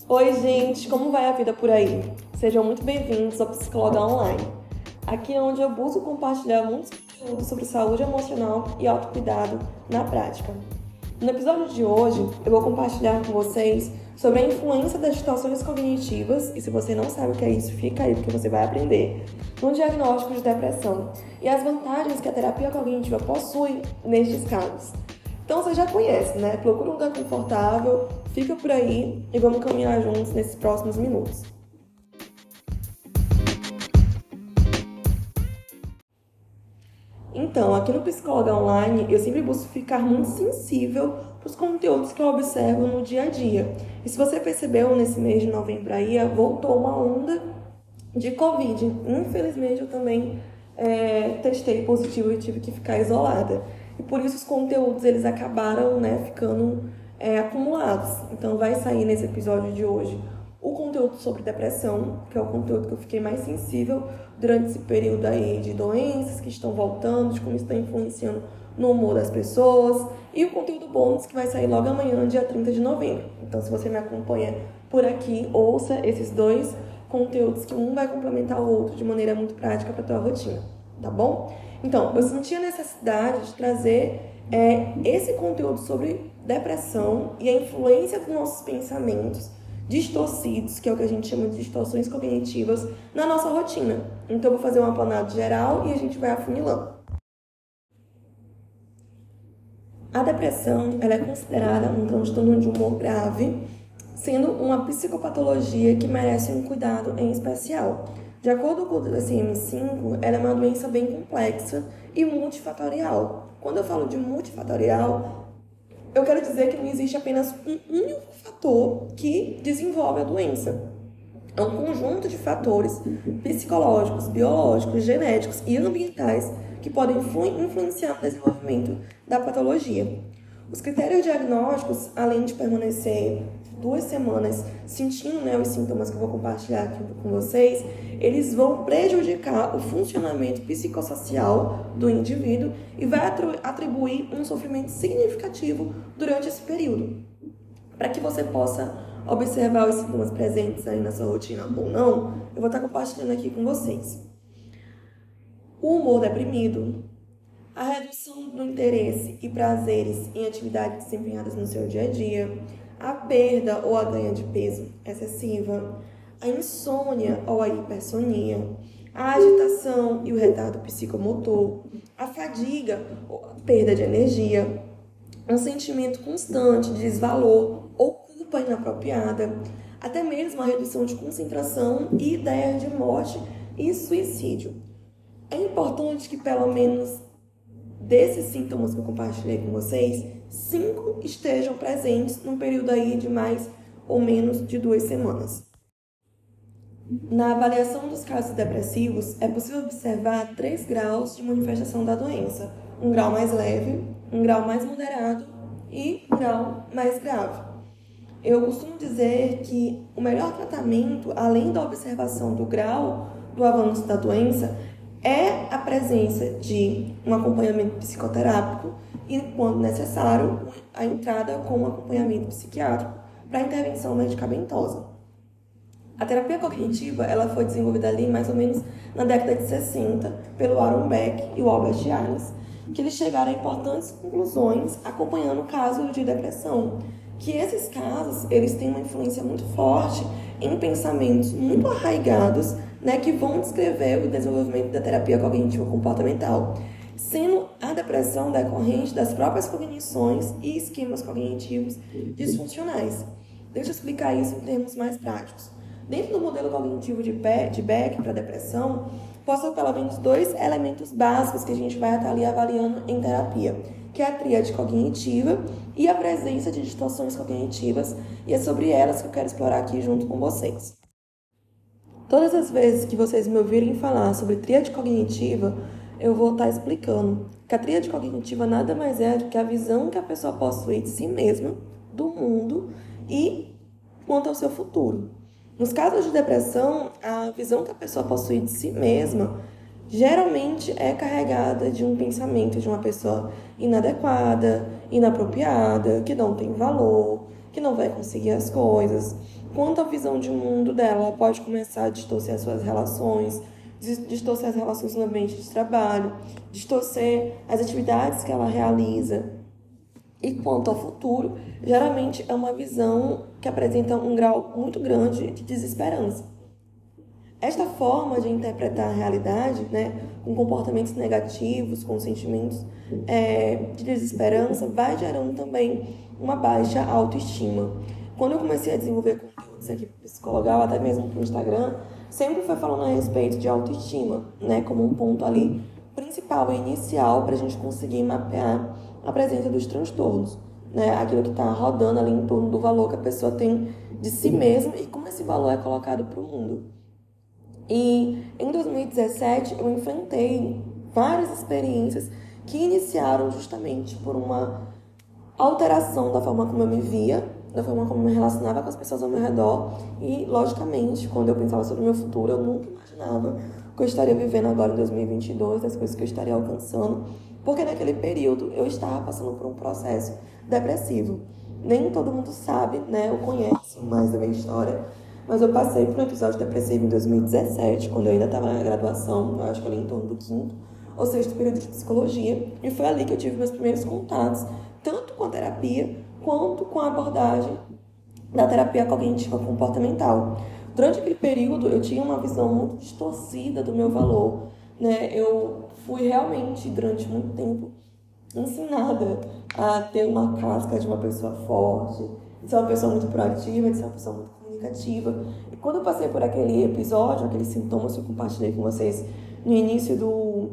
Oi, gente, como vai a vida por aí? Sejam muito bem-vindos ao Psicóloga Online. Aqui é onde eu busco compartilhar muitos conteúdos sobre saúde emocional e autocuidado na prática. No episódio de hoje, eu vou compartilhar com vocês sobre a influência das distorções cognitivas, e se você não sabe o que é isso, fica aí porque você vai aprender, no diagnóstico de depressão e as vantagens que a terapia cognitiva possui nestes casos. Então você já conhece, né? Procura um lugar confortável, fica por aí e vamos caminhar juntos nesses próximos minutos. Então, aqui no Psicóloga Online, eu sempre busco ficar muito sensível para os conteúdos que eu observo no dia a dia. E se você percebeu, nesse mês de novembro aí, voltou uma onda de Covid. Infelizmente, eu também testei positivo e tive que ficar isolada. E por isso os conteúdos eles acabaram ficando acumulados. Então vai sair nesse episódio de hoje o conteúdo sobre depressão, que é o conteúdo que eu fiquei mais sensível durante esse período aí de doenças que estão voltando, de como isso está influenciando no humor das pessoas, e o conteúdo bônus que vai sair logo amanhã, dia 30 de novembro. Então se você me acompanha por aqui, ouça esses dois conteúdos que um vai complementar o outro de maneira muito prática para a tua rotina, tá bom? Então, eu senti a necessidade de trazer esse conteúdo sobre depressão e a influência dos nossos pensamentos distorcidos, que é o que a gente chama de distorções cognitivas, na nossa rotina. Então, eu vou fazer um apanado geral e a gente vai afunilando. A depressão ela é considerada um transtorno de humor grave, sendo uma psicopatologia que merece um cuidado em especial. De acordo com o DSM-5, ela é uma doença bem complexa e multifatorial. Quando eu falo de multifatorial, eu quero dizer que não existe apenas um único fator que desenvolve a doença. É um conjunto de fatores psicológicos, biológicos, genéticos e ambientais que podem influenciar no desenvolvimento da patologia. Os critérios diagnósticos, além de permanecer 2 semanas sentindo os sintomas que eu vou compartilhar aqui com vocês, eles vão prejudicar o funcionamento psicossocial do indivíduo e vai atribuir um sofrimento significativo durante esse período. Para que você possa observar os sintomas presentes aí na sua rotina ou não, eu vou estar compartilhando aqui com vocês. O humor deprimido, a redução do interesse e prazeres em atividades desempenhadas no seu dia a dia, a perda ou a ganha de peso excessiva, a insônia ou a hipersonia, a agitação e o retardo psicomotor, a fadiga ou a perda de energia, um sentimento constante de desvalor ou culpa inapropriada, até mesmo a redução de concentração e ideias de morte e suicídio. É importante que pelo menos desses sintomas que eu compartilhei com vocês, 5 estejam presentes num período aí de mais ou menos de 2 semanas. Na avaliação dos casos depressivos, é possível observar 3 graus de manifestação da doença. Um grau mais leve, um grau mais moderado e um grau mais grave. Eu costumo dizer que o melhor tratamento, além da observação do grau do avanço da doença, é a presença de um acompanhamento psicoterápico e, quando necessário, a entrada com um acompanhamento psiquiátrico para intervenção medicamentosa. A terapia cognitiva ela foi desenvolvida ali mais ou menos na década de 60 pelo Aaron Beck e o Albert Ellis, que eles chegaram a importantes conclusões acompanhando casos de depressão, que esses casos eles têm uma influência muito forte em pensamentos muito arraigados, que vão descrever o desenvolvimento da terapia cognitivo comportamental, sendo a depressão decorrente das próprias cognições e esquemas cognitivos disfuncionais. Deixa eu explicar isso em termos mais práticos. Dentro do modelo cognitivo de Beck para depressão, possui pelo menos 2 elementos básicos que a gente vai estar ali avaliando em terapia, que é a tríade cognitiva e a presença de distorções cognitivas, e é sobre elas que eu quero explorar aqui junto com vocês. Todas as vezes que vocês me ouvirem falar sobre tríade cognitiva, eu vou estar explicando que a tríade cognitiva nada mais é do que a visão que a pessoa possui de si mesma, do mundo e quanto ao seu futuro. Nos casos de depressão, a visão que a pessoa possui de si mesma geralmente é carregada de um pensamento de uma pessoa inadequada, inapropriada, que não tem valor, que não vai conseguir as coisas. quanto a visão de mundo dela. Ela pode começar a distorcer as suas relações, distorcer as relações no ambiente de trabalho, distorcer as atividades que ela realiza. E quanto ao futuro, geralmente é uma visão que apresenta um grau muito grande de desesperança. Esta forma de interpretar a realidade, com comportamentos negativos, com sentimentos de desesperança, vai gerando também uma baixa autoestima. Quando eu comecei a desenvolver conteúdos aqui para o Psicologal, até mesmo para o Instagram, sempre foi falando a respeito de autoestima, como um ponto ali principal e inicial para a gente conseguir mapear a presença dos transtornos, aquilo que está rodando ali em torno do valor que a pessoa tem de si mesma e como esse valor é colocado para o mundo. E em 2017 eu enfrentei várias experiências que iniciaram justamente por uma alteração da forma como eu me via, da forma como eu me relacionava com as pessoas ao meu redor e, logicamente, quando eu pensava sobre o meu futuro, eu nunca imaginava o que eu estaria vivendo agora em 2022, as coisas que eu estaria alcançando, porque naquele período eu estava passando por um processo depressivo. Nem todo mundo sabe, ou conhece mais da minha história, mas eu passei por um episódio depressivo em 2017, quando eu ainda estava na graduação, eu acho que ali em torno do 5º ou 6º período de psicologia, e foi ali que eu tive meus primeiros contatos, tanto com a terapia, quanto com a abordagem da terapia cognitiva comportamental. Durante aquele período, eu tinha uma visão muito distorcida do meu valor, Eu fui realmente, durante muito tempo, ensinada a ter uma casca de uma pessoa forte, de ser uma pessoa muito proativa, de ser uma pessoa muito comunicativa. E quando eu passei por aquele episódio, aqueles sintomas que eu compartilhei com vocês no início do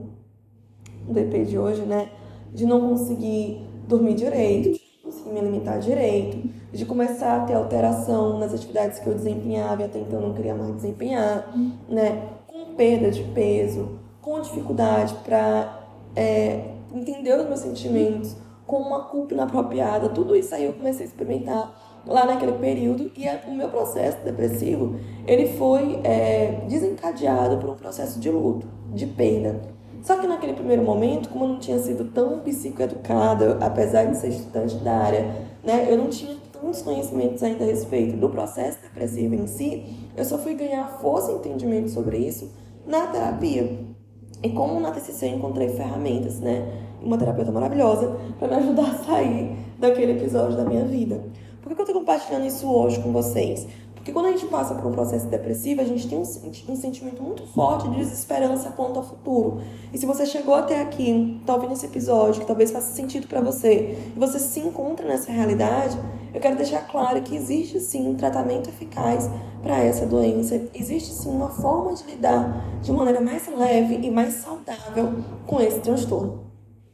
EP de hoje, de não conseguir dormir direito, de não conseguir me alimentar direito, de começar a ter alteração nas atividades que eu desempenhava e até então não queria mais desempenhar, com perda de peso, com dificuldade para entender os meus sentimentos, com uma culpa inapropriada, tudo isso aí eu comecei a experimentar lá naquele período e o meu processo depressivo, ele foi desencadeado por um processo de luto, de perda. Só que naquele primeiro momento, como eu não tinha sido tão psicoeducada, apesar de ser estudante da área, eu não tinha tantos conhecimentos ainda a respeito do processo depressivo em si, eu só fui ganhar força e entendimento sobre isso na terapia. E como na TCC eu encontrei ferramentas, uma terapeuta maravilhosa, para me ajudar a sair daquele episódio da minha vida. Por que eu estou compartilhando isso hoje com vocês? Porque quando a gente passa por um processo depressivo, a gente tem um sentimento muito forte de desesperança quanto ao futuro. E se você chegou até aqui, está ouvindo esse episódio, que talvez faça sentido para você, e você se encontra nessa realidade, eu quero deixar claro que existe sim um tratamento eficaz para essa doença. Existe sim uma forma de lidar de maneira mais leve e mais saudável com esse transtorno.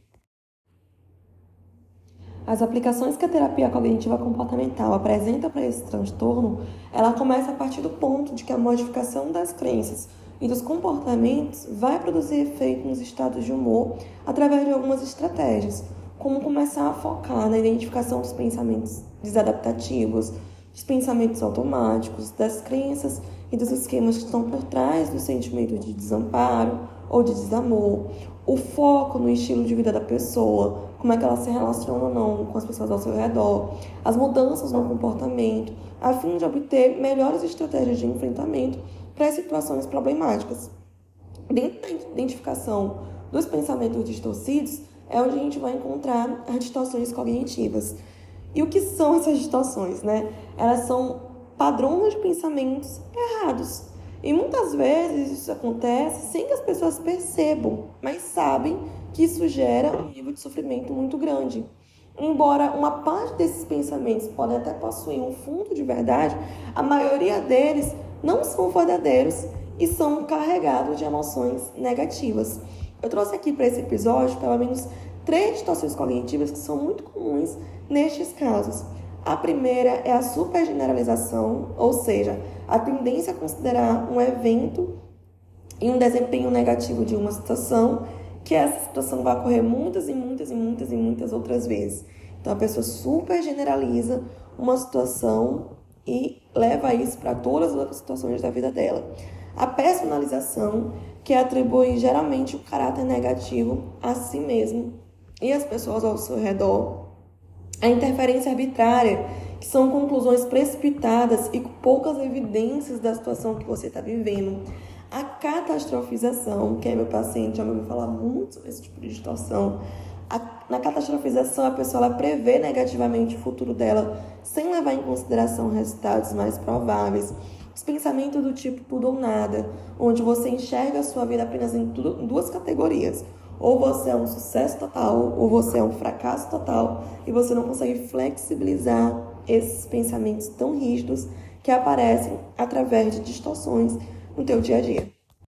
As aplicações que a terapia cognitiva comportamental apresenta para esse transtorno, ela começa a partir do ponto de que a modificação das crenças e dos comportamentos vai produzir efeito nos estados de humor através de algumas estratégias, como começar a focar na identificação dos pensamentos desadaptativos, dos pensamentos automáticos, das crenças e dos esquemas que estão por trás do sentimento de desamparo ou de desamor, o foco no estilo de vida da pessoa, como é que ela se relaciona ou não com as pessoas ao seu redor, as mudanças no comportamento, a fim de obter melhores estratégias de enfrentamento para as situações problemáticas. Dentro da identificação dos pensamentos distorcidos, é onde a gente vai encontrar as distorções cognitivas. E o que são essas distorções, Elas são padrões de pensamentos errados. E muitas vezes isso acontece sem que as pessoas percebam, mas sabem que isso gera um nível de sofrimento muito grande. Embora uma parte desses pensamentos podem até possuir um fundo de verdade, a maioria deles não são verdadeiros e são carregados de emoções negativas. Eu trouxe aqui para esse episódio pelo menos 3 distorções cognitivas que são muito comuns nestes casos. A primeira é a supergeneralização, ou seja, a tendência a considerar um evento e um desempenho negativo de uma situação, que essa situação vai ocorrer muitas outras vezes. Então, a pessoa supergeneraliza uma situação e leva isso para todas as outras situações da vida dela. A personalização, que atribui geralmente um caráter negativo a si mesmo e às pessoas ao seu redor. A interferência arbitrária, que são conclusões precipitadas e com poucas evidências da situação que você está vivendo. A catastrofização, que é meu paciente já me ouviu falar muito sobre esse tipo de situação. Na catastrofização, a pessoa ela prevê negativamente o futuro dela sem levar em consideração resultados mais prováveis. Os pensamentos do tipo tudo ou nada, onde você enxerga a sua vida apenas em duas categorias. Ou você é um sucesso total, ou você é um fracasso total, e você não consegue flexibilizar esses pensamentos tão rígidos que aparecem através de distorções no teu dia a dia.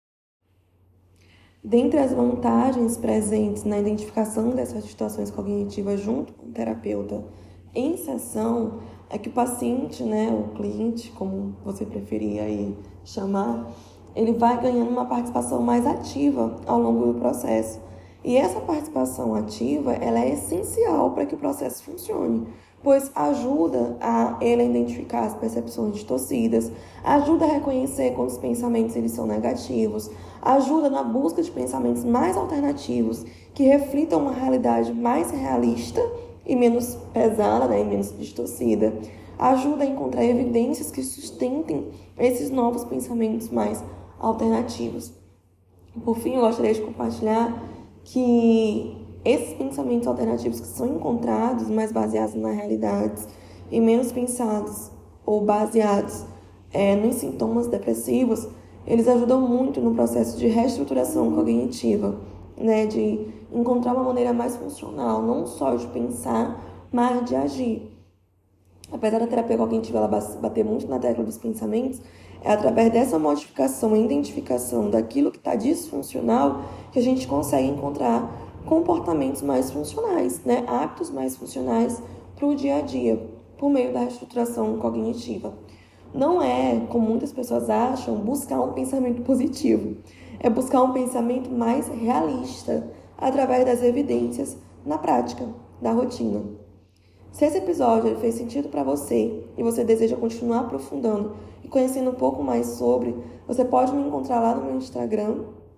Dentre as vantagens presentes na identificação dessas situações cognitivas junto com o terapeuta em sessão, é que o paciente, o cliente, como você preferir aí chamar, ele vai ganhando uma participação mais ativa ao longo do processo. E essa participação ativa, ela é essencial para que o processo funcione, pois ajuda a ele a identificar as percepções distorcidas, ajuda a reconhecer quando os pensamentos eles são negativos, ajuda na busca de pensamentos mais alternativos, que reflitam uma realidade mais realista e menos pesada, e menos distorcida. Ajuda a encontrar evidências que sustentem esses novos pensamentos mais alternativos. Por fim, eu gostaria de compartilhar que esses pensamentos alternativos que são encontrados, mais baseados na realidade e menos pensados ou baseados nos sintomas depressivos, eles ajudam muito no processo de reestruturação cognitiva, de encontrar uma maneira mais funcional, não só de pensar, mas de agir. Apesar da terapia cognitiva ela bater muito na tecla dos pensamentos, é através dessa modificação e identificação daquilo que está disfuncional que a gente consegue encontrar comportamentos mais funcionais, hábitos mais funcionais para o dia a dia, por meio da reestruturação cognitiva. Não é, como muitas pessoas acham, buscar um pensamento positivo. É buscar um pensamento mais realista, através das evidências na prática, da rotina. Se esse episódio fez sentido para você e você deseja continuar aprofundando e conhecendo um pouco mais sobre, você pode me encontrar lá no meu Instagram,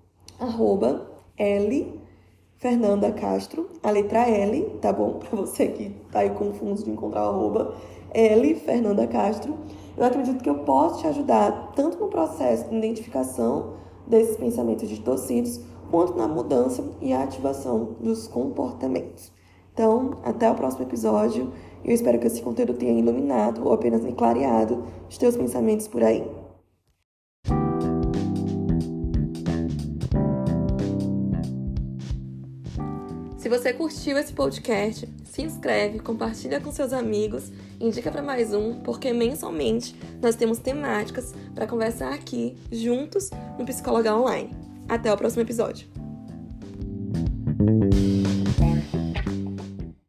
@LFernandaCastro, a letra L, tá bom? Para você que tá aí confuso de encontrar o @LFernandaCastro. Eu acredito que eu posso te ajudar tanto no processo de identificação desses pensamentos distorcidos, quanto na mudança e ativação dos comportamentos. Então, até o próximo episódio. Eu espero que esse conteúdo tenha iluminado ou apenas clareado os teus pensamentos por aí. Se você curtiu esse podcast, se inscreve, compartilha com seus amigos, indica para mais um, porque mensalmente nós temos temáticas para conversar aqui, juntos, no Psicóloga Online. Até o próximo episódio.